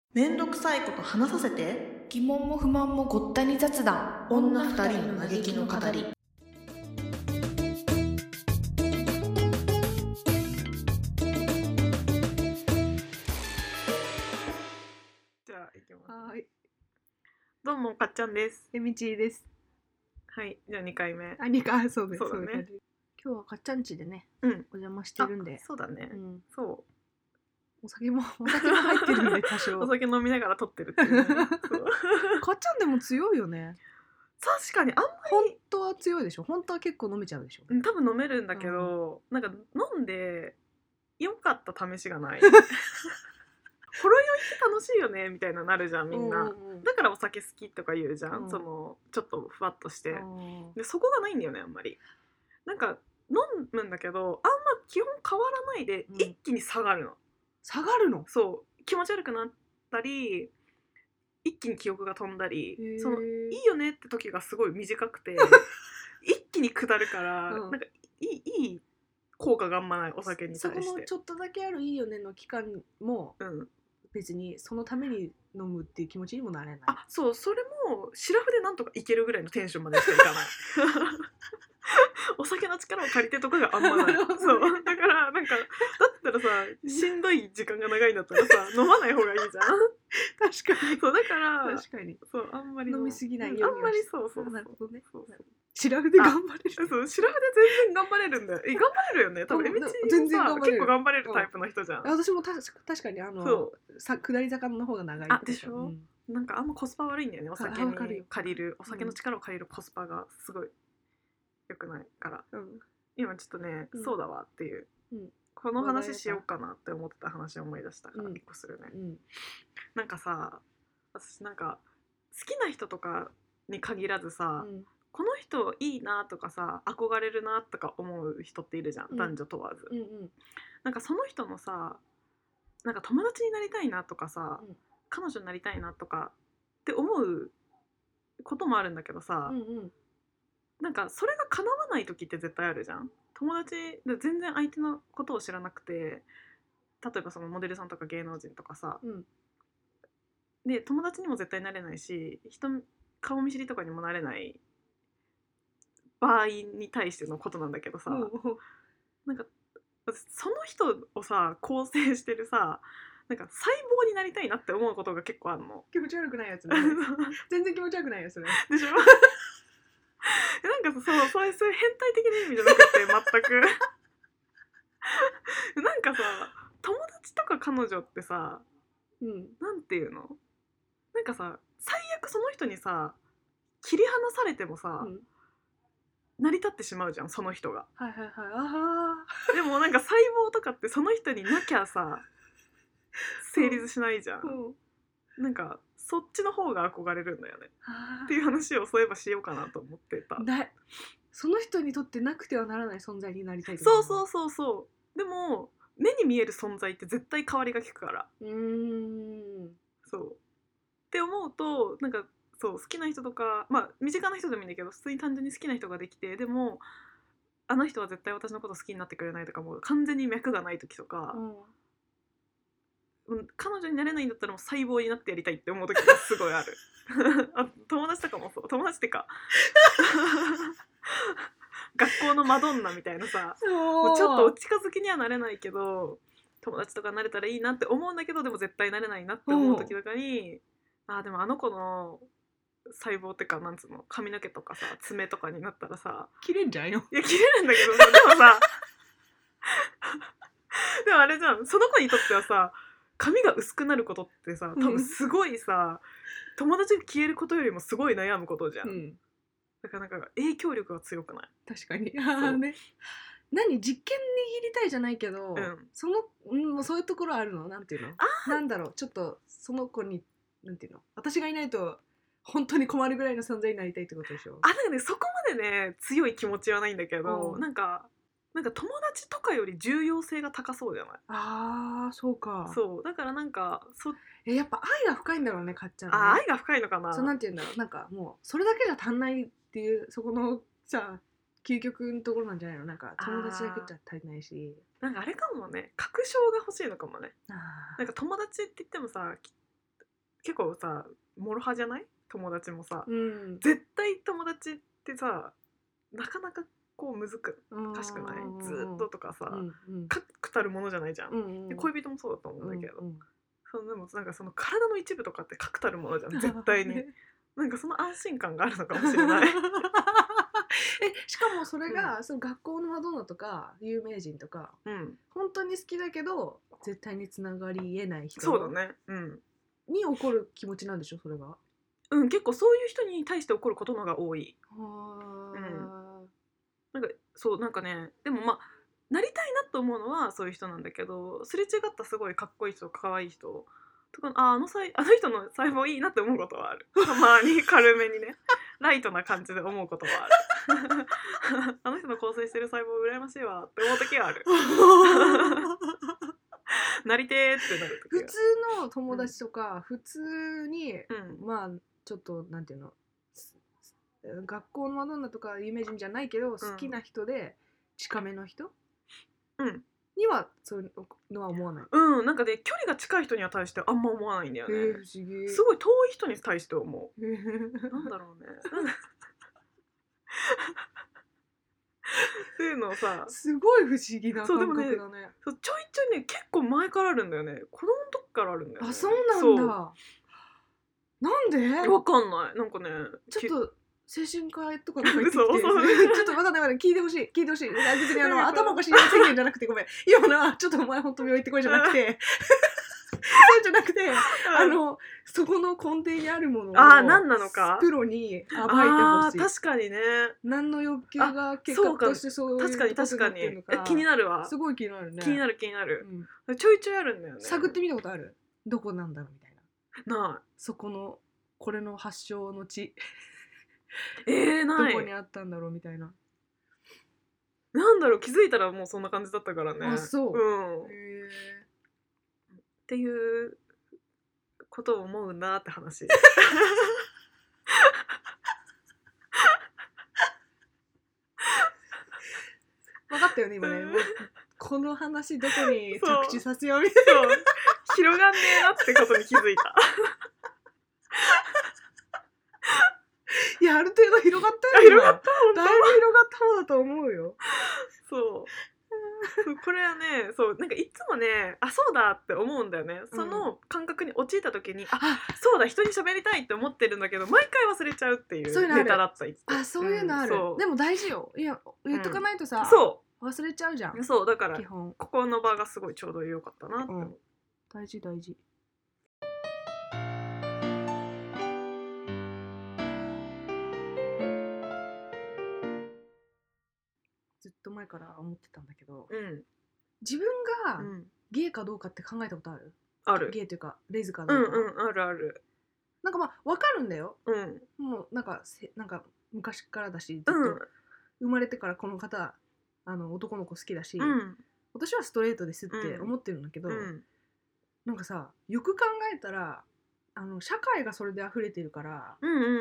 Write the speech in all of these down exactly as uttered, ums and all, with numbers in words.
めんどくさいこと話させて。 疑問も不満もごったに雑談。 女二人の嘆きの語り。じゃあ行きます。 はい。 どうもかっちゃんです。 えみちです。 はい、じゃあにかいめ。 あ、にかいそうです。 そうだね。 そういう感じ。今日はかっちゃん家でね、 うん、 お邪魔してるんで。 そうだね。 うん、 そう。 お酒もお酒も入ってるんで多少。 お酒飲みながら撮ってるっていう、ね。そうかっちゃんでも強いよね。 確かにあんまり本当は強いでしょ。本当は結構飲めちゃうでしょ。 うん、多分飲めるんだけど、うん、なんか飲んで良かった試しがない。ほろ酔いって楽しいよねみたいななるじゃんみんな、うんうんうん、だからお酒好きとか言うじゃん、うん、そのちょっとふわっとして、うん、でそこがないんだよねあんまり。なんか飲むんだけどあんま基本変わらないで、うん、一気に下がるの。 下がるの？ そう気持ち悪くなったり一気に記憶が飛んだり、そのいいよねって時がすごい短くて一気に下るから、うん、なんかいいいい効果があんまないお酒に対して。 そこのちょっとだけあるいいよねの期間も、うん、別にそのために飲むっていう気持ちにもなれない。 あ、そう、それもシラフでなんとかいけるぐらいのテンションまでしかいかないお酒の力を借りてとかがあんまないそうだからなんかだったらさしんどい時間が長いんだったらさ飲まない方がいいじゃん確かに。 そうだから確かにそうあんまり飲みすぎないように、 うん、あんまりそうそうそうなるほどね。 そうそうシラフで頑張れる。 そうシラフで全然頑張れるんだよ。え頑張れるよね多分。えみち全然頑張れる。結構頑張れるタイプの人じゃん。 私もた確かにあのさ下り坂の方が長い。 あでしょ、うん、なんかあんまコスパ悪いんだよねお酒に借りるお酒の力を借りるコスパがすごい良くないから、うん、今ちょっとね、うん、そうだわっていう、うん、この話しようかなって思ってた話を思い出したからいっこするね、うん、なんかさ私なんか好きな人とかに限らずさ、うん、この人いいなとかさ憧れるなとか思う人っているじゃん、うん、男女問わず、うんうん、なんかその人のさなんか友達になりたいなとかさ、うん、彼女になりたいなとかって思うこともあるんだけどさ、うんうん、なんかそれが叶わない時って絶対あるじゃん。友達で全然相手のことを知らなくて例えばそのモデルさんとか芸能人とかさ、うん、で友達にも絶対なれないし人顔見知りとかにもなれない場合に対してのことなんだけどさ、うん、なんかその人をさ構成してるさなんか細胞になりたいなって思うことが結構あるの。 気持ち悪くないやつね全然気持ち悪くないやつねでしょなんかさそうそういう変態的な意味じゃなくて全くなんかさ友達とか彼女ってさ、うん、なんていうのなんかさ最悪その人にさ切り離されてもさ、うん、成り立ってしまうじゃんその人が。 はいはいはい。あでもなんか細胞とかってその人になきゃさ成立しないじゃん、うん、なんかそっちの方が憧れるんだよねっていう話をそういえばしようかなと思ってた。 その人にとってなくてはならない存在になりたい。 そうそうそうそうでも目に見える存在って絶対代わりが利くから。うーんそうって思うとなんかそう好きな人とかまあ身近な人でもいいんだけど普通に単純に好きな人ができてでもあの人は絶対私のこと好きになってくれないとかもう完全に脈がない時とか、うん、彼女になれないんだったらもう細胞になってやりたいって思う時がすごいあるあ友達とかもそう友達ってか学校のマドンナみたいなさもうちょっとお近づきにはなれないけど友達とかなれたらいいなって思うんだけどでも絶対なれないなって思う時とかにあでもあの子の細胞ってかなんつうの髪の毛とかさ爪とかになったらさ切れんじゃんよ。 いや切れるんだけどさでもさでもあれじゃんその子にとってはさ髪が薄くなることってさ多分すごいさ、うん、友達が消えることよりもすごい悩むことじゃん、うん、だからなんか影響力が強くない？ 確かにあね何実験握りたいじゃないけど、うん、その、うん、もうそういうところあるのなんていうのなんだろうちょっとその子になんていうの私がいないと本当に困るぐらいの存在になりたいってことでしょ？ あなんかねそこまでね強い気持ちはないんだけど、うん、なんかなんか友達とかより重要性が高そうじゃない？ あーそうか。 そうだからなんかそえやっぱ愛が深いんだろうねかっちゃんね。 あ愛が深いのかな。 そうなんていうんだろうなんかもうそれだけじゃ足んないっていうそこのさ究極のところなんじゃないの？なんか友達だけじゃ足りないしなんかあれかもね確証が欲しいのかもね。なんか友達って言ってもさ結構さもろはじゃない？友達もさ、 うん、 絶対友達ってさなかなかこうむずく確かない？ずっととかさ、うんうん、確たるものじゃないじゃん、うんうん、で恋人もそうだと思うんだけど、うんうん、そのでもなんかその体の一部とかって確たるものじゃん絶対になんかその安心感があるのかもしれないえしかもそれが、うん、その学校のマドンナとか有名人とか、うん、本当に好きだけど絶対につながり得ない人そうだね、うん、 に起こる気持ちなんでしょそれが。 うん、結構そういう人に対して起こることのが多い。は、うん、なんかそうなんかねでもまあなりたいなと思うのはそういう人なんだけど、すれ違ったすごいかっこいい人可愛い人とか あ, あ, のさいあの人の細胞いいなって思うことはあるたまに軽めにねライトな感じで思うことはあるあの人の構成してる細胞羨ましいわって思う時はあるなりてーってなる時は普通の友達とか、うん、普通に、うん、まあちょっとなんていうの学校のマドンナとか有名人じゃないけど、うん、好きな人で近めの人、うん、にはそういうのは思わない。 うん、なんかね距離が近い人には対してあんま思わないんだよね。不思議。すごい遠い人に対して思う。なんだろうね。っていうのをさすごい不思議な感覚だね。 そうでもねそうちょいちょいね結構前からあるんだよね。子供の時からあるんだよね。 あ、そうなんだ。なんで？ わかんない。なんかねちょっと精神科とかに入ってきてちょっとわかんないわかんない聞いてほしい聞いてほしい。別にあの頭おかしい宣言じゃなくてごめん今のはちょっとお前ほんと病院行ってこいじゃなくてそうじゃなくて、あのそこの根底にあるものをあ何なのかプロに暴いてほしい。 確かにね。 何の欲求が結果としてそういう確かに確かにえ気になるわ。 すごい気になるね。 気になる気になる、うん、ちょいちょいあるんだよね。 探ってみたことある？どこなんだろうみたいな。ない。 そこのこれの発祥の地えー、ない。 どこにあったんだろうみたいな。 なんだろう気づいたらもうそんな感じだったからね。 あそう。 うん。へーっていうことを思うなって話分かったよね今ねもうこの話どこに着地させようみたいな広がんねえなってことに気づいたいやある程度広がったよ。 広がっただいぶ広がった方だと思うよ。 そうこれはねそうなんかいつもねあそうだって思うんだよね。その感覚に陥った時に、うん、あそうだ人に喋りたいって思ってるんだけど毎回忘れちゃうっていうネタだった。いつあそういうのある、うん、でも大事よ。いや言っとかないとさ、うん、 そう忘れちゃうじゃん。 そうだから基本ここの場がすごいちょうど良かったなって思う、うん、 大事大事。ずっと前から思ってたんだけど、うん、自分がゲイかどうかって考えたことある？ ある。 ゲイというかレズかどうか。 うんうんあるある。 なんかまあ分かるんだよ、うん、もうなんかせなんか昔からだしずっと、うん、生まれてからこの方あの男の子好きだし、うん、私はストレートですって思ってるんだけど、うん、なんかさよく考えたらあの社会がそれで溢れてるから、うんうんうん、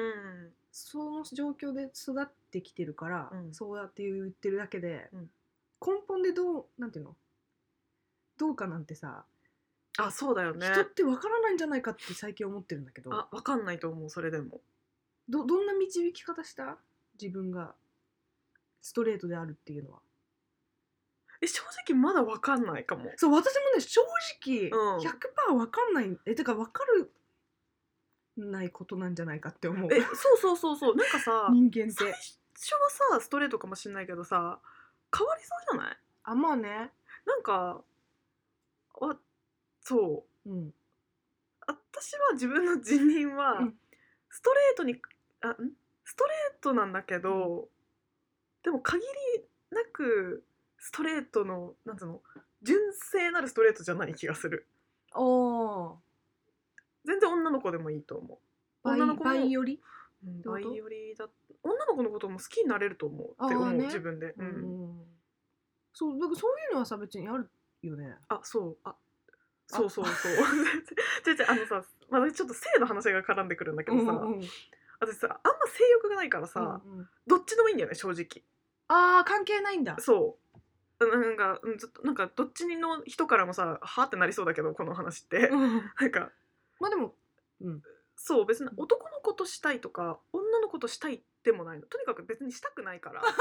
その状況で育ってきてるから、うん、そうやって言ってるだけで、うん、根本でどうなんていうのどうかなんてさあそうだよね人って分からないんじゃないかって最近思ってるんだけど。 あ分かんないと思う。それでもど, どんな導き方した自分がストレートであるっていうのは。 え正直まだ分かんないかも。 そう私もね正直 ひゃくパーセント 分かんない、うん、えてか分かるないことなんじゃないかって思う。 えそうそうそうそうなんかさ人間って最初はさストレートかもしれないけどさ変わりそうじゃない？ あまあねなんかあそう、うん、私は自分の辞任は、うん、ストレートにあんストレートなんだけど、うん、でも限りなくストレートのなんつうの純正なるストレートじゃない気がする。お全然女の子でもいいと思う。女の子も倍より、 うん、倍よりだ女の子のことも好きになれると思うって思う、ね、自分で、うんうん、 そうだからそういうのはさ別にあるよね。 あそうあそうそうそうじゃじゃあのさ、まあ、ちょっと性の話が絡んでくるんだけどさ、うんうん、私さあんま性欲がないからさ、うんうん、どっちでもいいんだよね正直。 あー関係ないんだ。 そうなんかずっとなんかどっちの人からもさはってなりそうだけどこの話って、うん、なんかまあでもうん、 そう別に男の子としたいとか女の子としたいでもないの。とにかく別にしたくないからどっ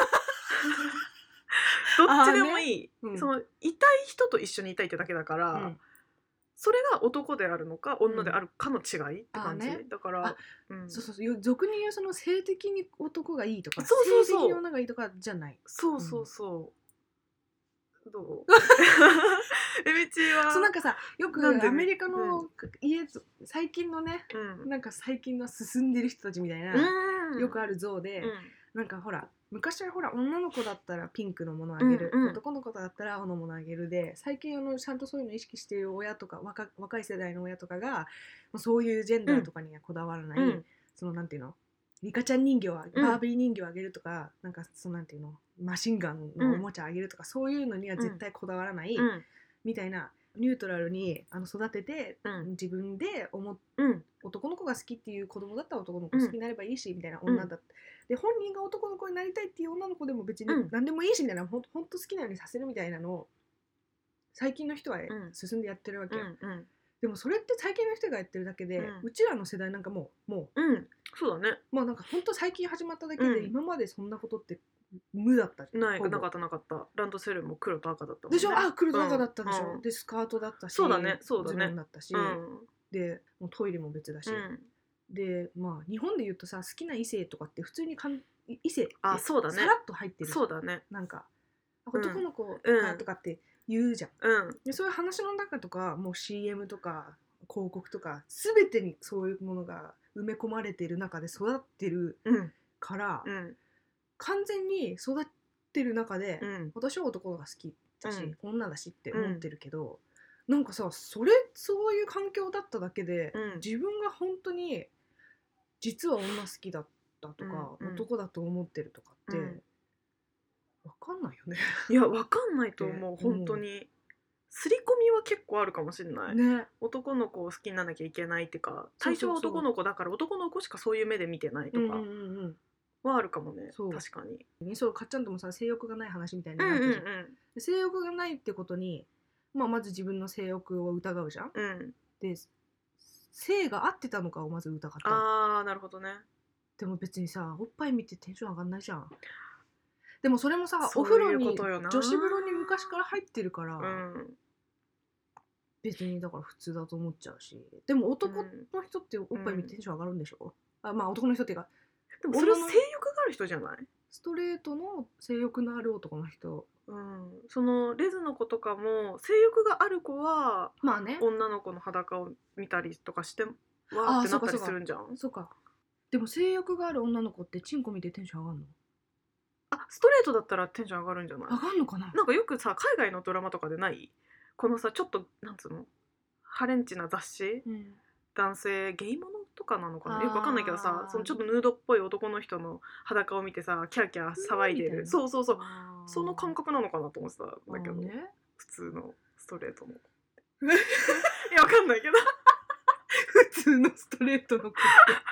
ちでもいい、ねうん、そのいたい人と一緒にいたいってだけだから、うん、それが男であるのか女であるかの違いって感じ、うんね、だから、 うん、そうそうそう俗に言うその性的に男がいいとかそうそうそう性的に女がいいとかじゃないそうそうそう、うん、どうえみちはそうなんかさよくアメリカの家、うん、最近のね、うん、なんか最近の進んでる人たちみたいな、うん、よくある像で、うん、なんかほら昔はほら女の子だったらピンクのものあげる、うんうん、男の子だったら青のものあげるで最近あのちゃんとそういうの意識している親とか 若, 若い世代の親とかがそういうジェンダーとかにはこだわらない、うん、そのなんていうのリカちゃん人形バービー人形あげるとか、うん、なんかそのなんていうのマシンガンのおもちゃあげるとか、うん、そういうのには絶対こだわらない、うん、みたいなニュートラルにあの育てて、うん、自分で思っ、うん、男の子が好きっていう子供だったら男の子好きになればいいし、うん、みたいな女だって、で本人が男の子になりたいっていう女の子でも別に何でもいいしみたいな、うん、ほんと好きなようにさせるみたいなのを最近の人は進んでやってるわけよ、うんうん、でもそれって最近の人がやってるだけで、うん、うちらの世代なんかもうもう、うん、そうだねまあなんかほんと最近始まっただけで、うん、今までそんなことって無だったじゃん。 ないなかったなかったランドセルも黒と赤だったもんね。でしょあ黒と赤だったでしょ、うん、でスカートだったしそうだねそうだねズボンだったし、うん、でもうトイレも別だし、うん、でまあ日本で言うとさ好きな異性とかって普通にかん異性ってさらっと入ってるそうだねなんか男の子かとかって言うじゃん、うん、でそういう話の中とかもう シーエム とか広告とか全てにそういうものが埋め込まれている中で育ってるから、うん、完全に育ってる中で、うん、私は男が好きだし、うん、女だしって思ってるけど、うん、なんかさそれそういう環境だっただけで、うん、自分が本当に実は女好きだったとか、うん、男だと思ってるとかって、うん、分かんないよねいや分かんないと思う本当に刷り込みは結構あるかもしれない、ね、男の子を好きにならなきゃいけないっていうか最初は男の子だから男の子しかそういう目で見てないとか、うんうんうんはあるかもね確かにそうかっちゃんともさ性欲がない話みたいになってるじゃん、うんうんうん、性欲がないってことに、まあ、まず自分の性欲を疑うじゃん、うん、で性が合ってたのかをまず疑った。 あーなるほどね。 でも別にさおっぱい見てテンション上がんないじゃん。でもそれもさお風呂に女子風呂に昔から入ってるから、うん、別にだから普通だと思っちゃうし、でも男の人っておっぱい見てテンション上がるんでしょ、うん、あまあ男の人っていうかでもそれは性欲がある人じゃない？ ストレートの性欲のある男の人、 うん、そのレズの子とかも性欲がある子は、まあね、女の子の裸を見たりとかしてわーってなったりするんじゃん。 そうか。でも性欲がある女の子ってチンコ見てテンション上がるの？ あ、ストレートだったらテンション上がるんじゃない？ 上がるのかな？ なんかよくさ海外のドラマとかでないこのさちょっとなんつうのハレンチな雑誌、うん、男性ゲイモノとかなのかなよくわかんないけどさそのちょっとヌードっぽい男の人の裸を見てさキャーキャー騒いでるそうそうそうその感覚なのかなと思ってたんだけど、ね、普通のストレートのいやわかんないけど普通のストレートの子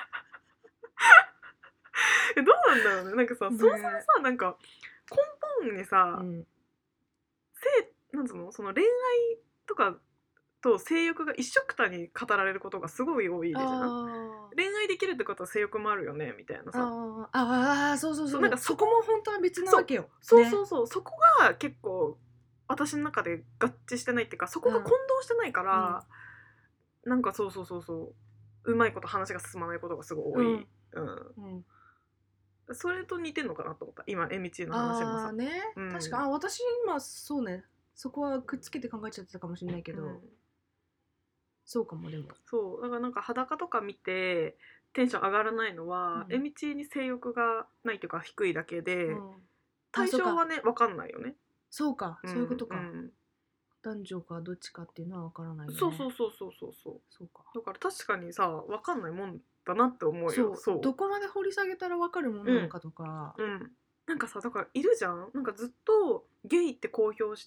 えどうなんだろうねなんかさ、ね、そもそもさなんか根本にさ、うん、性なんつうのその恋愛とかと性欲が一緒くたに語られることがすごい多いじゃん。恋愛できるってことは性欲もあるよねみたいなさああそうそうそうなんかそこも本当は別なわけよ。 そうそうそう、ね、そこが結構私の中で合致してないっていうかそこが混同してないから、うん、なんかそうそうそうそううまいこと話が進まないことがすごい多い、うんうんうん、それと似てんのかなと思った今エミチの話もさあね、うん、確かあ私今そうねそこはくっつけて考えちゃってたかもしれないけど、うん、そうかもでもそうだからなんか裸とか見てテンション上がらないのは、うん、エミチに性欲がないというか低いだけで、うん、対象はね分かんないよね。 そうか、うん、そういうことか、うん、男女かどっちかっていうのは分からないよね。 そうそうそうそうそうそうそうかだから確かにさ分かんないもんだなって思うよ。そうそうどこまで掘り下げたら分かるものなのかとか、 うん、うんなんかさだからいるじゃんなんかずっとゲイって公表して、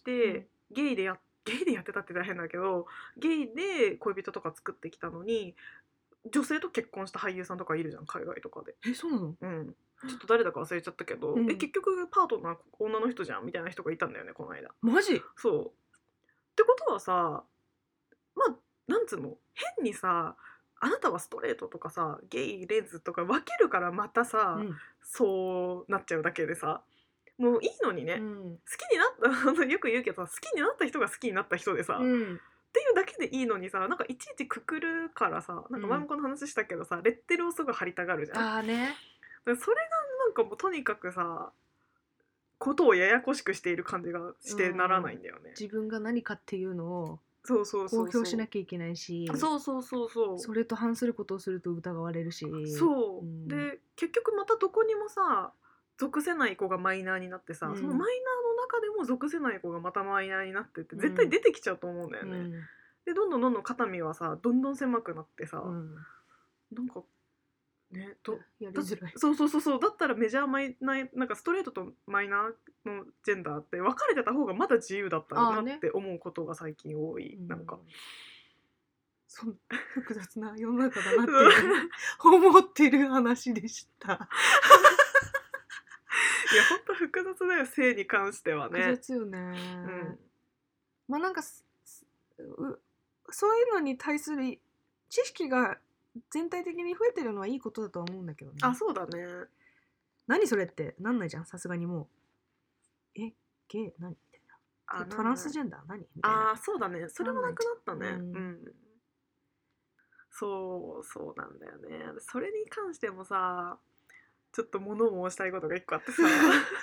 うん、ゲイでやゲイでやってたって大変だけどゲイで恋人とか作ってきたのに女性と結婚した俳優さんとかいるじゃん海外とかで。 えそうなの？ うんちょっと誰だか忘れちゃったけど、うん、え結局パートナー女の人じゃんみたいな人がいたんだよねこの間。 マジ？ そうってことはさまあなんつうの変にさあなたはストレートとかさゲイレズとか分けるからまたさ、うん、そうなっちゃうだけでさもういいのにね、うん、好きになったよく言うけどさ好きになった人が好きになった人でさ、うん、っていうだけでいいのにさなんかいちいちくくるからさなんか前もこの話したけどさ、うん、レッテルをすぐ貼りたがるじゃん。 あーね、 それがなんかもうとにかくさことをややこしくしている感じがしてならないんだよね、 うん、自分が何かっていうのをそうそうそう公表しなきゃいけないしそうそうそうそうそれと反することをすると疑われるしそう、うん、で結局またどこにもさ属せない子がマイナーになってさ、うん、そのマイナーの中でも属せない子がまたマイナーになってって絶対出てきちゃうと思うんだよね、うん、でどんどんどんどん肩身はさどんどん狭くなってさ、うん、なんかねとやりづらいそうそうそうそうだったらメジャーマイナーなんかストレートとマイナーのジェンダーって分かれてた方がまだ自由だったなって思うことが最近多い、ね、なんか、うん、 そんな複雑な世の中だなって思ってる話でしたいやほんと複雑だよ性に関してはね。 複雑よね、うん、まあなんかそういうのに対する知識が全体的に増えてるのはいいことだとは思うんだけどね。 あ、そうだね。 何それってなんないじゃんさすがにもうえゲイ何みたいなトランスジェンダー何みたいな。 あ、そうだねそれもなくなったね。うん、うん、そうそうなんだよね。それに関してもさちょっと物申したいことが一個あってさ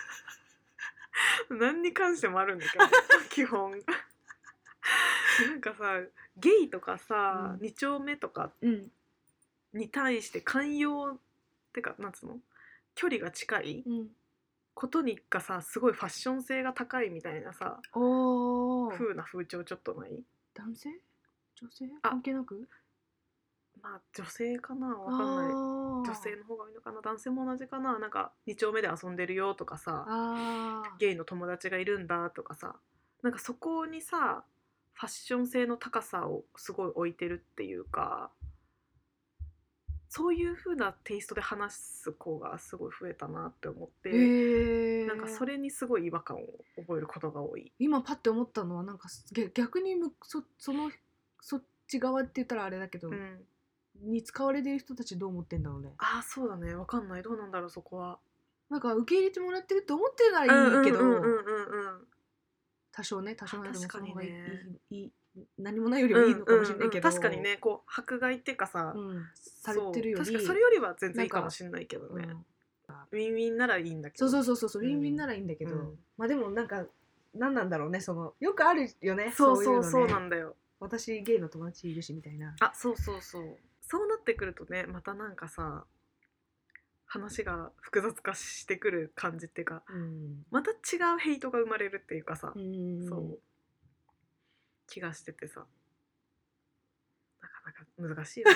何に関してもあるんだけど基本なんかさゲイとかさ、うん、に丁目とかに対して寛容ってかなんつうの距離が近いことにがさすごいファッション性が高いみたいなさ風な風潮ちょっとない？ 男性？女性？関係なく？ まあ女性かなわかんない女性の方が多いのかな男性も同じかななんかに丁目で遊んでるよとかさゲイの友達がいるんだとかさなんかそこにさファッション性の高さをすごい置いてるっていうかそういう風なテイストで話す子がすごい増えたなって思ってなんかそれにすごい違和感を覚えることが多い。 今パッて思ったのはなんか逆に そ, そのそっち側って言ったらあれだけど、うん、に使われてる人たちどう思ってんだろうね。 ああそうだねわかんないどうなんだろうそこは。 なんか受け入れてもらってると思ってるならいいけど多少ね多少なりもその方がいい、いい何もないよりはいいのかもしれないけど、 うんうんうん、確かにねこう迫害っていうかさ、うん、 されてるより確かそれよりは全然いいかもしれないけどね、うん、ウィンウィンならいいんだけどそうそうそうそう、うん、ウィンウィンならいいんだけど、うん、まあでもなんか何なんだろうねそのよくあるよねそうそうそう、ね、そうなんだよ私ゲイの友達いるしみたいなあそうそうそうそうなってくるとねまたなんかさ話が複雑化してくる感じっていうか、うん、また違うヘイトが生まれるっていうかさ、うん、そう気がしててさなかなか難しいよね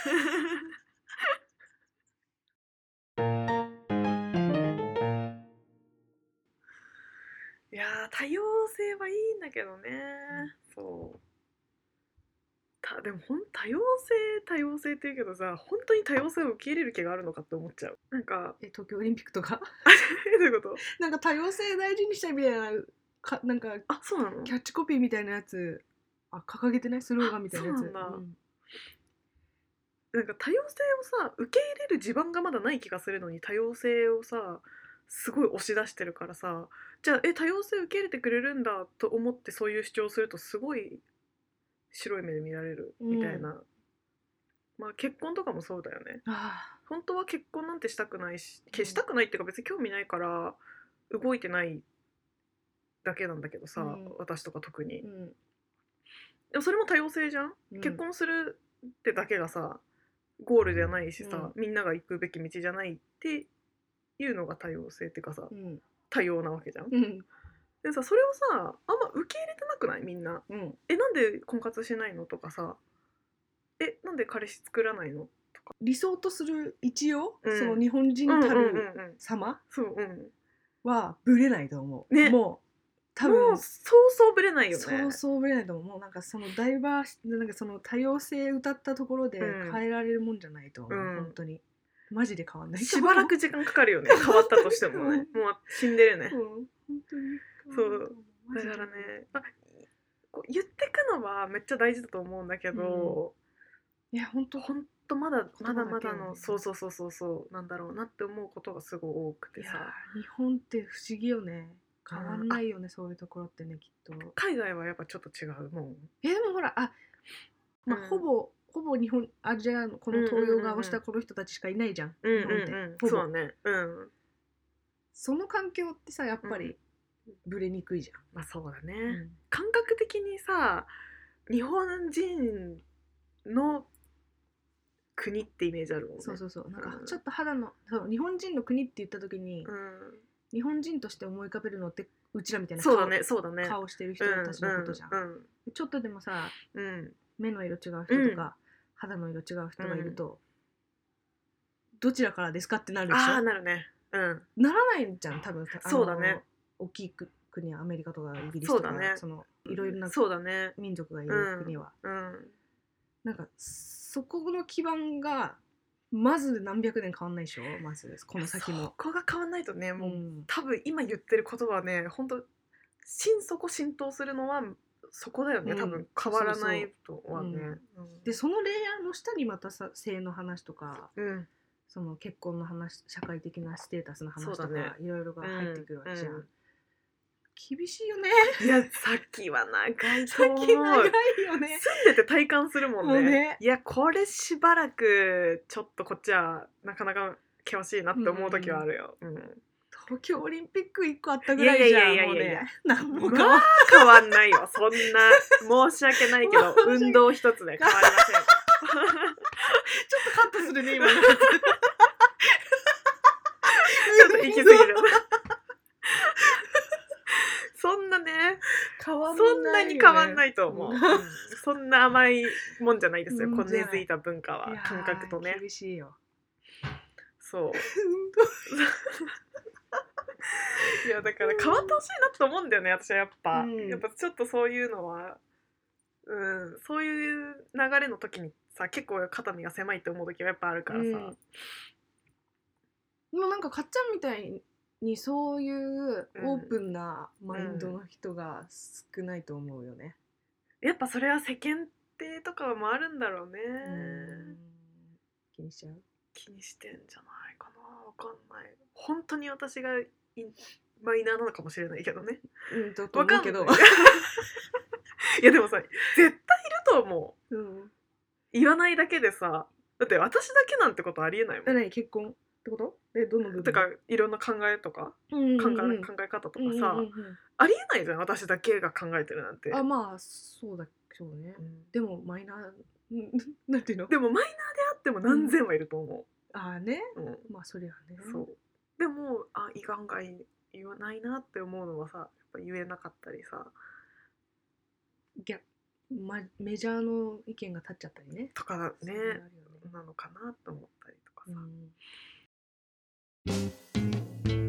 いやー多様性はいいんだけどね、うん、そうたでもほん多様性多様性って言うけどさ本当に多様性を受け入れる気があるのかって思っちゃう。なんかえ東京オリンピックとかどういうことなんか多様性大事にしたいみたいなかなんかあそうなのキャッチコピーみたいなやつあ掲げてないスローガンみたいなやつそうなんだ、うん、なんか多様性をさ受け入れる地盤がまだない気がするのに多様性をさすごい押し出してるからさじゃあえ多様性受け入れてくれるんだと思ってそういう主張をするとすごい白い目で見られるみたいな、うん、まあ結婚とかもそうだよね。本当は結婚なんてしたくないし消したくないっていうか別に興味ないから動いてないだけなんだけどさ、うん、私とか特に、うん、でもそれも多様性じゃん、うん、結婚するってだけがさゴールじゃないしさ、うん、みんなが行くべき道じゃないっていうのが多様性っていうかさ、うん、多様なわけじゃん、うん、でさそれをさあんま受け入れてなくないみんな、うん、えなんで婚活しないのとかさえなんで彼氏作らないのとか理想とする一応、うん、その日本人たる様はブレないと思う、ね、もう多分もうそうそうぶれないよねそうそうぶれないと思うもうなんかそのダイバーシなんかその多様性歌ったところで変えられるもんじゃないと思う、うん、本当にマジで変わんないしばらく時間かかるよね変わったとしてもねもう死んでるよね、うん、本当にそうだからねあこう言ってくのはめっちゃ大事だと思うんだけど、 うん、いや本当本とまだまだまだのそうそうそうそうそうなんだろうなって思うことがすごい多くてさ。 日本って不思議よね。変わんないよね、そういうところってねきっと。 海外はやっぱちょっと違うもん。 えでもほらあ、まあ、うん、ほぼほぼ日本アジアのこの東洋側をしたこの人たちしかいないじゃん、 うんうんうん、日本って、うんうんうん、ほぼそうね、うん、 その環境ってさやっぱりブレにくいじゃん、うん、 まあそうだね、うん、感覚的にさ日本人の国ってイメージあるもんね。 そうそうそうなんかちょっと肌の、うん、そう日本人の国って言った時に、うん、日本人として思い浮かべるのってうちらみたいな顔、そうだね、そうだね、顔してる人たちのことじゃん、うんうんうん、ちょっとでもさ、うん、目の色違う人とか、うん、肌の色違う人がいると、うん、どちらからですかってなるでしょ。 ああなるね、うん、 ならないんじゃん多分。 そうだね、 大きい国はアメリカとかイギリスとか、ね、そのいろいろな民族がいる国は、うんうん、なんかそこの基盤がまず何百年変わんないでしょ。まずこの先もそこが変わんないとねもう、うん、多分今言ってることはね本当心底浸透するのはそこだよね、うん、多分変わらないとはね。そうそう、うん、 でそのレイヤーの下にまたさ性の話とか、うん、その結婚の話社会的なステータスの話とか、ね、いろいろが入ってくるわけじゃん、うんうん、厳しいよね。 いや先は長いと思う。先長いよね。住んでて体感するもん ね, ねいやこれしばらくちょっとこっちはなかなか険しいなって思う時はあるよ、うんうん、 東京オリンピックいっこあったぐらいじゃん。いやいやいやいやいや、 何も変わ、まあ、変わんないよそんな申し訳ないけど運動一つで変わりません。ちょっとカットするね今のやつ。ちょっと行き過ぎる。そんなね変わんないよね、そんなに変わんないと思う、うん、そんな甘いもんじゃないですよ、この根付いた文化は。感覚とね厳しいよ。 そういやだから変わってほしいなと思うんだよね私はやっぱ、うん、やっぱちょっとそういうのは、うん、そういう流れの時にさ結構肩身が狭いって思う時はやっぱあるからさ、うん、 でもなんかかっちゃんみたいにそういうオープンなマインドの人が少ないと思うよね、 うん、やっぱそれは世間体とかもあるんだろうね。 うん気にしちゃう？ 気にしてんじゃないかな、わかんない。本当に私がマイナーなのかもしれないけどね。 うんと思うけど。 いやでもさ絶対いると思う、うん、言わないだけでさだって私だけなんてことありえないもん。 え何結婚ってこと？えどの部分？ とかいろんな考えとか、うんうんうん、考え、考え方とかさ、うんうんうん、ありえないじゃん私だけが考えてるなんて。 あまあそうだそうね、うん、でもマイナーなんていうの？ でもマイナーであっても何千はいると思う、うん、 ああね、うん、まあそりゃね。 そうでもあ意外外言わないなって思うのはさやっぱ言えなかったりさ逆、ま、メジャーの意見が立っちゃったりねとかね、ねなのかなと思ったりとかさ、うん、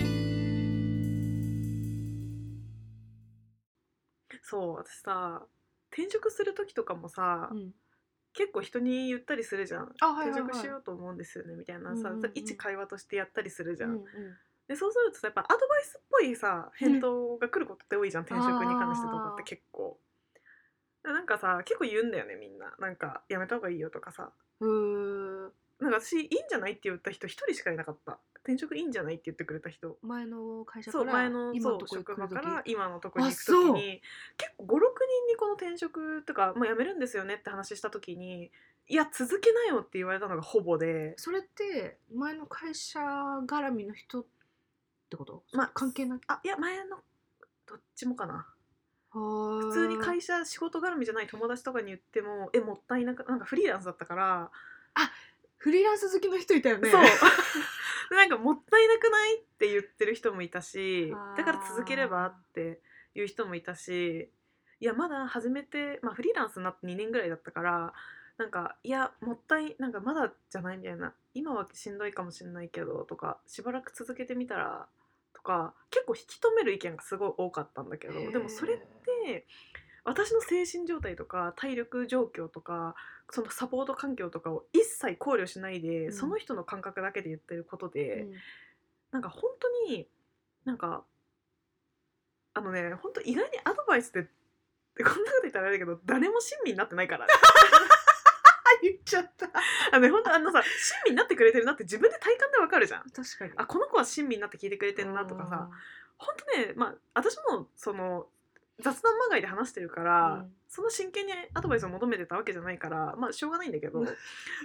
そう私さ転職する時とかもさ、うん、結構人に言ったりするじゃん、はいはいはい、転職しようと思うんですよねみたいなさ、うんうんうん、一会話としてやったりするじゃん、うんうん、でそうするとさやっぱアドバイスっぽいさ返答が来ることって多いじゃん、うん、転職に関してとかって結構なんかさ結構言うんだよねみんな。なんかやめた方がいいよとかさ、うーなんか私いいんじゃないって言った人一人しかいなかった。転職いいんじゃないって言ってくれた人。 前の会社からそう前の今のとこ職場から今のとこに行くときに結構ごろくにんにこの転職とか、まあ、辞めるんですよねって話したときにいや続けなよって言われたのがほぼで。 それって前の会社絡みの人ってこと？まあ関係ない。 あいや前のどっちもかな。普通に会社仕事絡みじゃない友達とかに言ってもえもったいなくなんかフリーランスだったからあフリーランス好きの人いたよね。 そうなんかもったいなくないって言ってる人もいたしだから続ければっていう人もいたしいやまだ始めて、まあ、フリーランスになってにねんぐらいだったからなんかいやもったいなんかまだじゃないみたいな今はしんどいかもしれないけどとかしばらく続けてみたらとか結構引き止める意見がすごい多かったんだけどでもそれって私の精神状態とか体力状況とかそのサポート環境とかを一切考慮しないで、うん、その人の感覚だけで言ってることで、うん、なんか本当になんかあのね本当意外にアドバイスってこんなこと言ったらあれだけど誰も親身になってないから、ね、 言っちゃったあの本当あのさ親身になってくれてるなって自分で体感でわかるじゃん。 確かに。 あこの子は親身になって聞いてくれてるなとかさ、本当ね、まあ私もその雑談まがいで話してるから、うん、その真剣にアドバイスを求めてたわけじゃないからまあしょうがないんだけどでもね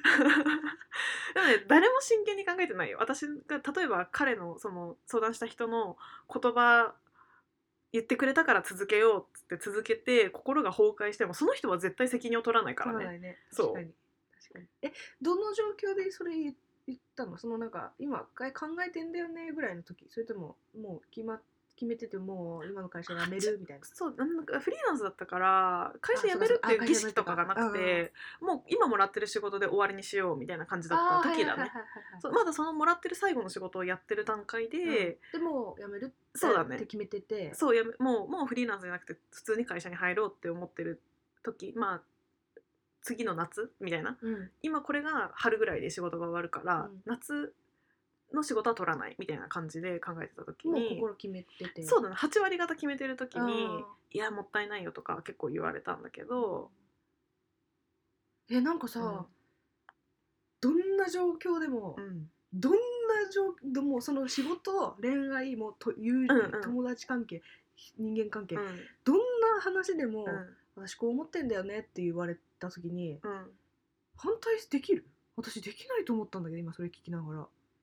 誰も真剣に考えてないよ。私が例えば彼のその相談した人の言葉言ってくれたから続けようって続けて心が崩壊してもその人は絶対責任を取らないからね。 取らないね。確かに確かに。えどの状況でそれ言ったの？そのなんか今考えてんだよねぐらいの時、それとももう決ま決めててもう今の会社辞めるみたいな。 そうなんかフリーランスだったから会社辞めるっていう儀式とかがなくてもう今もらってる仕事で終わりにしようみたいな感じだった時だね。まだそのもらってる最後の仕事をやってる段階で、うん、 でも辞めるって決めててそうやめもうもうフリーランスじゃなくて普通に会社に入ろうって思ってる時、まあ次の夏みたいな、うん、今これが春ぐらいで仕事が終わるから、うん、夏の仕事は取らないみたいな感じで考えてた時にもう心決めててそうだねはち割方決めてる時にいやもったいないよとか結構言われたんだけど、 えなんかさ、うん、どんな状況でも、うん、どんな状況でもその仕事恋愛もと友人、うんうん、友達関係人間関係、うん、どんな話でも、うん、私こう思ってんだよねって言われた時に、うん、反対できる？私できないと思ったんだけど今それ聞きながら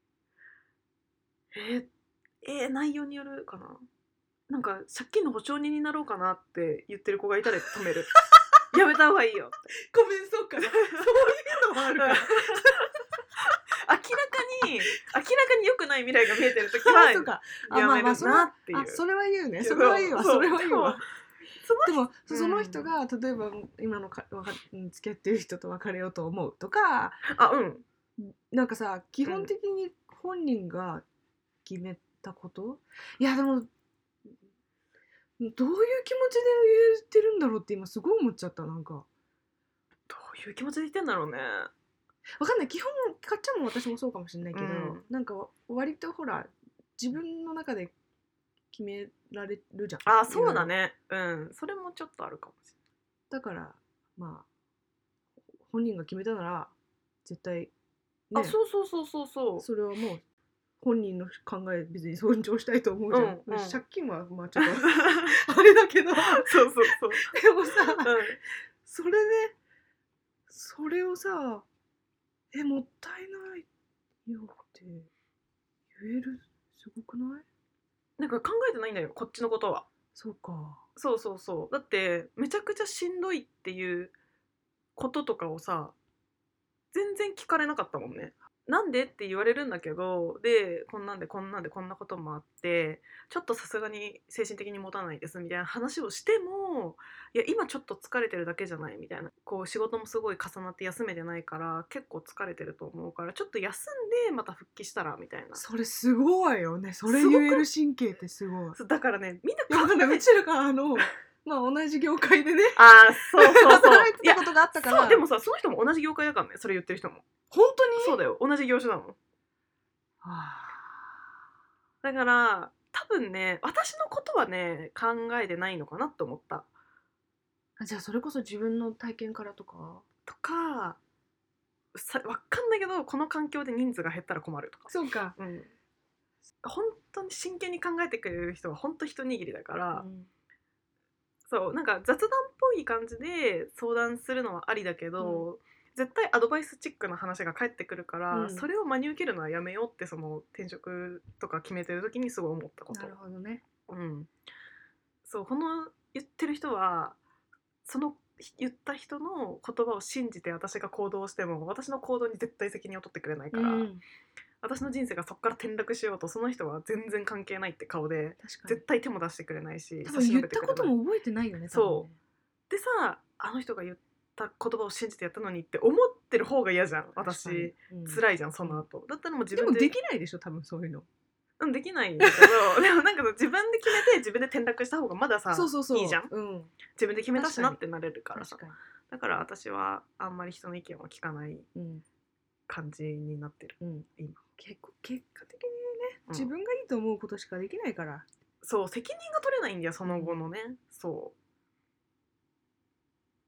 えー、えー、内容によるかな。なんか借金の保証人になろうかなって言ってる子がいたら止めるやめた方がいいよってごめんそうかなそういうのもあるから明らかに明らかに良くない未来が見えてる時はやめるなっていう。 あそれは言うねそれは言うわそれは言うわでもその人が例えば今のか付き合ってる人と別れようと思うとかあうんなんかさ基本的に本人が決めたこと、いやでもどういう気持ちで言ってるんだろうって今すごい思っちゃった。なんかどういう気持ちで言ってんだろうね。 わかんない。基本かっちゃんも私もそうかもしれないけど、うん、なんか割とほら自分の中で決められるじゃん。 あそうだねうんそれもちょっとあるかもしれない。だからまあ本人が決めたなら絶対、ね、 あそうそうそうそうそうそれはもう本人の考え別に尊重したいと思うじゃん、うんうん、借金はまあちょっとあれだけどそうそうそうでもさ、うん、それでそれをさえもったいないよって言えるすごくない？ なんか考えてないんだよこっちのことは。 そうかそうそうそうだってめちゃくちゃしんどいっていうこととかをさ全然聞かれなかったもんね。なんでって言われるんだけどでこんなんでこんなんでこんなこともあってちょっとさすがに精神的に持たないですみたいな話をしてもいや今ちょっと疲れてるだけじゃないみたいなこう仕事もすごい重なって休めてないから結構疲れてると思うからちょっと休んでまた復帰したらみたいな。 それすごいよね。それ言える神経ってすごい。 だからねみんな考えてうちらがあのまあ同じ業界でねあそうそうそう働いてたことがあったからそうでもさその人も同じ業界だからねそれ言ってる人も本当にそうだよ同じ業種なの、はあ、だから多分ね私のことはね考えてないのかなって思った。 あじゃあそれこそ自分の体験からとかとかさ分かんないけどこの環境で人数が減ったら困るとかそうか、 うん、本当に真剣に考えてくれる人は本当一握りだから、うん、そうなんか雑談っぽい感じで相談するのはありだけど、うん絶対アドバイスチックな話が返ってくるから、うん、それを真に受けるのはやめようってその転職とか決めてる時にすごい思ったこと。 なるほどね。 うん。そうこの言ってる人はその言った人の言葉を信じて私が行動しても私の行動に絶対責任を取ってくれないから、うん、私の人生がそこから転落しようとその人は全然関係ないって顔で絶対手も出してくれないし多分言ったことも覚えてないよね。 そうでさあの人が言って言葉を信じてやったのにって思ってる方が嫌じゃん私、うん、辛いじゃんその後、うん、だったらもう自分ででもできないでしょ多分そういうのうんできないんだけどでもなんか自分で決めて自分で転落した方がまださそうそうそういいじゃん、 うん、 自分で決めたしなってなれるからさだから私はあんまり人の意見を聞かない感じになってる、うん、今結構結果的にね、うん、自分がいいと思うことしかできないからそう責任が取れないんだよその後のね、うん、そう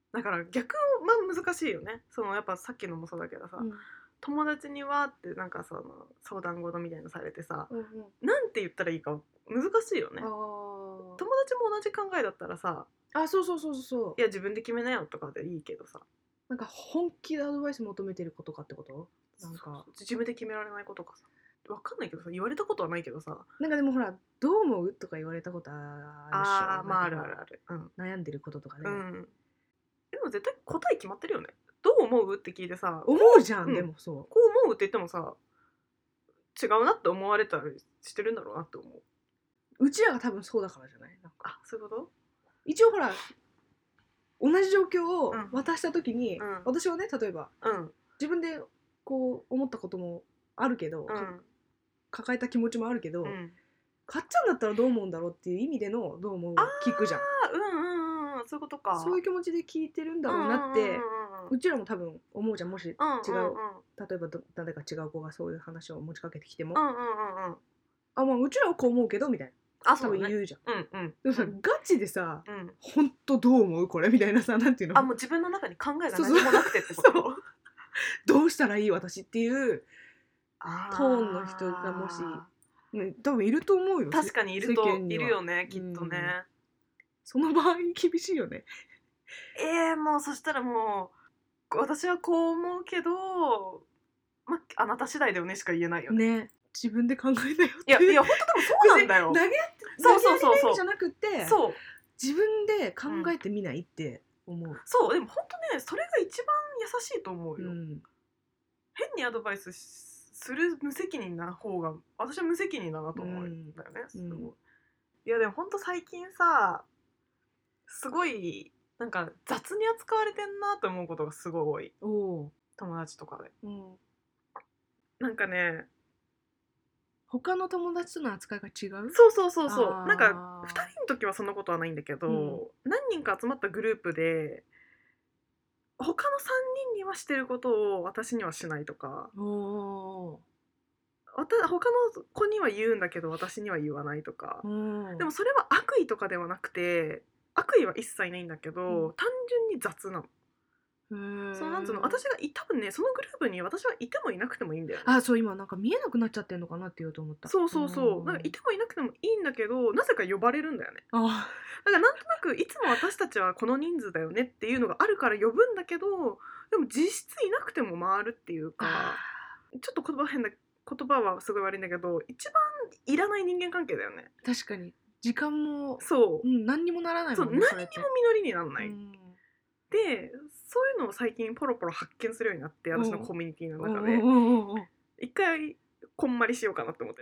だから逆まあ難しいよね。そのやっぱさっきのもそうだけどさ、うん、友達にはってなんかその相談事みたいなされてさ、うんうん、なんて言ったらいいか難しいよね。友達も同じ考えだったらさ、 あ、そうそうそうそう、 いや自分で決めなよとかでいいけどさ、 なんか本気でアドバイス求めてることかってこと？なんか自分で決められないことかさ、わかんないけどさ、言われたことはないけどさ、 なんかでもほらどう思うとか言われたことあるっしょ。 あー、まああるあるある、うん、 悩んでることとかね、 うん、でも絶対答え決まってるよね。どう思うって聞いてさ、 思うじゃん、うん、でもそうこう思うって言ってもさ、違うなって思われたりしてるんだろうなって思う。 うちらが多分そうだからじゃない？なんかあ、そういうこと？ 一応ほら同じ状況を渡した時に、うん、私はね例えば、うん、自分でこう思ったこともあるけど、うん、抱えた気持ちもあるけど、うん、かっちゃんだったらどう思うんだろうっていう意味でのどう思う聞くじゃん。 うんうんうん、そういうことか。 そういう気持ちで聞いてるんだろうなって、うんうんうんうん、うちらも多分思うじゃん。もし違う、うんうんうん、例えば誰か違う子がそういう話を持ちかけてきても、うんうんうんうん、あ、まあうちらはこう思うけどみたいな。あ、多分言うじゃん。うんうん、でもさ、うん、ガチでさ、うん、ほんとどう思うこれみたいなさ、なんていうの？ あ、もう自分の中に考えが何もなくてってこと？そうそうどうしたらいい私っていうトーンの人がもし、ね、多分いると思うよ。 確かにいるといるよね、きっとね、うん、 その場合厳しいよね。 えー、もうそしたらもう私はこう思うけど、まあ、あなた次第だよねしか言えないよね。 ね、自分で考えなよって。 いやいや本当でもそうなんだよ。 投げ投げそうそうそうそうじゃなくて、そう自分で考えてみないって思う。うん、 そうでも本当ねそれが一番優しいと思うよ。うん、変にアドバイスする無責任な方が私は無責任だなと思うんだよね。うん、すごい。いやでも本当最近さすごいなんか雑に扱われてんなと思うことがすごい多い。お友達とかで、うん、なんかね他の友達との扱いが違う？ そうそうそうそう。なんかふたりの時はそんなことはないんだけど、うん、何人か集まったグループで他のさんにんにはしてることを私にはしないとか、お他の子には言うんだけど私には言わないとか、でもそれは悪意とかではなくて悪意は一切ないんだけど、うん、単純に雑なの。そのなんつうの私がい多分ねそのグループに私はいてもいなくてもいいんだよね。 あ、そう今なんか見えなくなっちゃってんのかなって言おうと思った。 そうそうそう。なんかいてもいなくてもいいんだけどなぜか呼ばれるんだよね。あだからなんとなくいつも私たちはこの人数だよねっていうのがあるから呼ぶんだけどでも実質いなくても回るっていうかちょっと言葉変だ言葉はすごい悪いんだけど一番いらない人間関係だよね。 確かに時間もそう、 うん、何にもならないもんね。 そう何にも実りにならない。うんでそういうのを最近ポロポロ発見するようになって私のコミュニティの中で一回こんまりしようかなって思って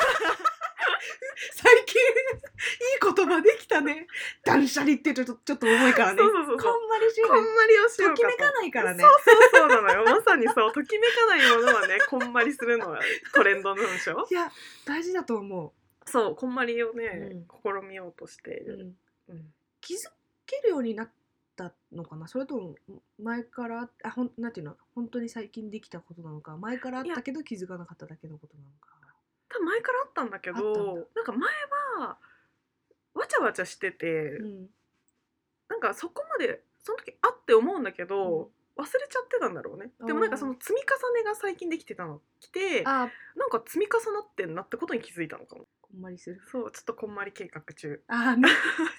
最近いい言葉できたね。断捨離ってちょっとちょっと重いからね。 そうそうそうこんまりしよう。 こんまりをしようかと。 ときめかないからね。 そうそうそうなのよ。まさにそうときめかないものはねこんまりするのがトレンドなんでしょ。 いや大事だと思う。 そうこんまりをね、うん、試みようとしている、 うんうん、気づけるようになったのかな。それとも前からあほんなんていうの本当に最近できたことなのか前からあったけど気づかなかっただけのことなのか。 多分前からあったんだけどなんか前はわちゃわちゃしてて、うん、なんかそこまでその時あって思うんだけど、うん、忘れちゃってたんだろうね。でもなんかその積み重ねが最近できてたの来てなんか積み重なってんなってことに気づいたのかも。 こんまりする。 そうちょっとこんまり計画中。 あね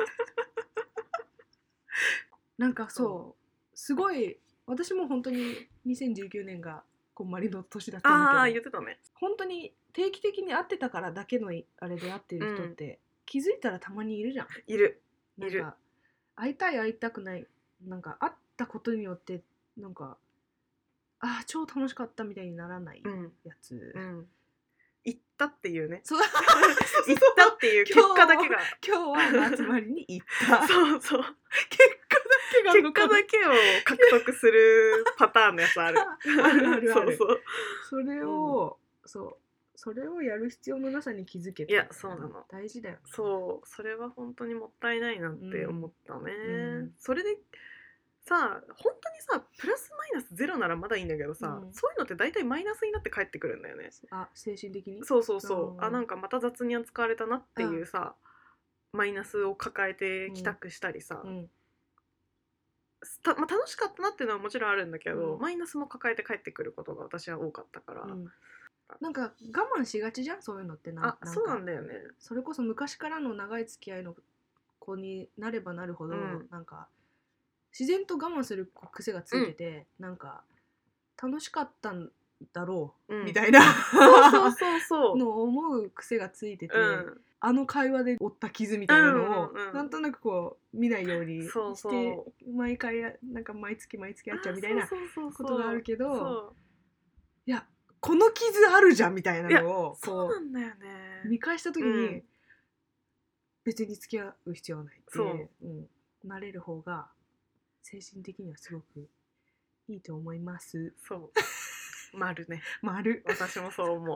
なんかそうすごい私も本当ににせんじゅうきゅうねんがこんまりの年だったんだけど、 あ言ってたね。 本当に定期的に会ってたからだけのあれで会ってる人って、うん、気づいたらたまにいるじゃん。 いるなんかいる。会いたい会いたくないなんか会ったことによってなんかあー超楽しかったみたいにならないやつ、うんうん、 行ったっていうねそう行ったっていう結果だけが今日は集まりに行ったそうそう結果だけが結果だけを獲得するパターンのやつあるあるあるあるそうそうそれを、うん、そうそれをやる必要のなさに気づけた。 いやそうなの大事だよ、ね、 そうそれは本当にもったいないなって思ったね、うん、それでさ本当にさプラスマイナスゼロならまだいいんだけどさ、うん、そういうのって大体マイナスになって帰ってくるんだよね。 あ精神的にそうそうそう、あなんかまた雑に扱われたなっていうさマイナスを抱えて帰宅したりさ、うんた、まあ、楽しかったなっていうのはもちろんあるんだけど、うん、マイナスも抱えて帰ってくることが私は多かったから、うん、 なんか我慢しがちじゃんそういうのってな。 あ、そうなんだよね。 それこそ昔からの長い付き合いの子になればなるほど、うん、なんか自然と我慢する癖がついてて、うん、なんか楽しかったんだろう、うん、みたいなそうそうそうのを思う癖がついてて、うん、あの会話で負った傷みたいなのを、うんうんうん、なんとなくこう見ないようにしてそうそう毎回なんか毎月毎月会っちゃうみたいなことがあるけど、いやこの傷あるじゃんみたいなのをそうなんだよね見返した時に、うん、別に付き合う必要はないってそう、うん、なれる方が精神的にはすごくいいと思います。 そう丸ね丸私もそう思う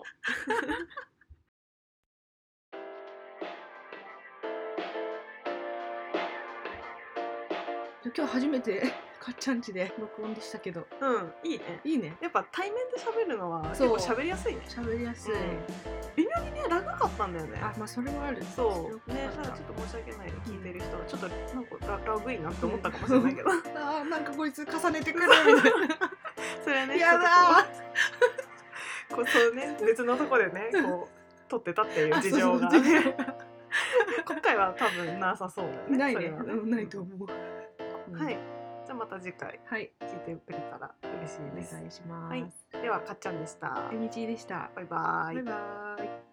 今日初めてかっちゃんちで録音でしたけど、 うん、いいねいいね。 やっぱ対面で喋るのは結構喋りやすいね。 喋りやすい、うん、 微妙にね長かったんだよね。 あ、まあそれもある。 そうね、ただちょっと申し訳ない聞いてる人はちょっとなんかラグいなって思ったかもしれないけど、うん、 あなんかこいつ重ねてくるみたいなそれはねやだこうそうね別のとこでねこう撮ってたっていう事情が今回は多分なさそうだよね。 ないね、ないと思う、 うん、はい。じゃあまた次回聞いてくれたら嬉しいです。 お願いします。 はい、ではかっちゃんでした。 えみちでした。 バイバイ。 バイバイ。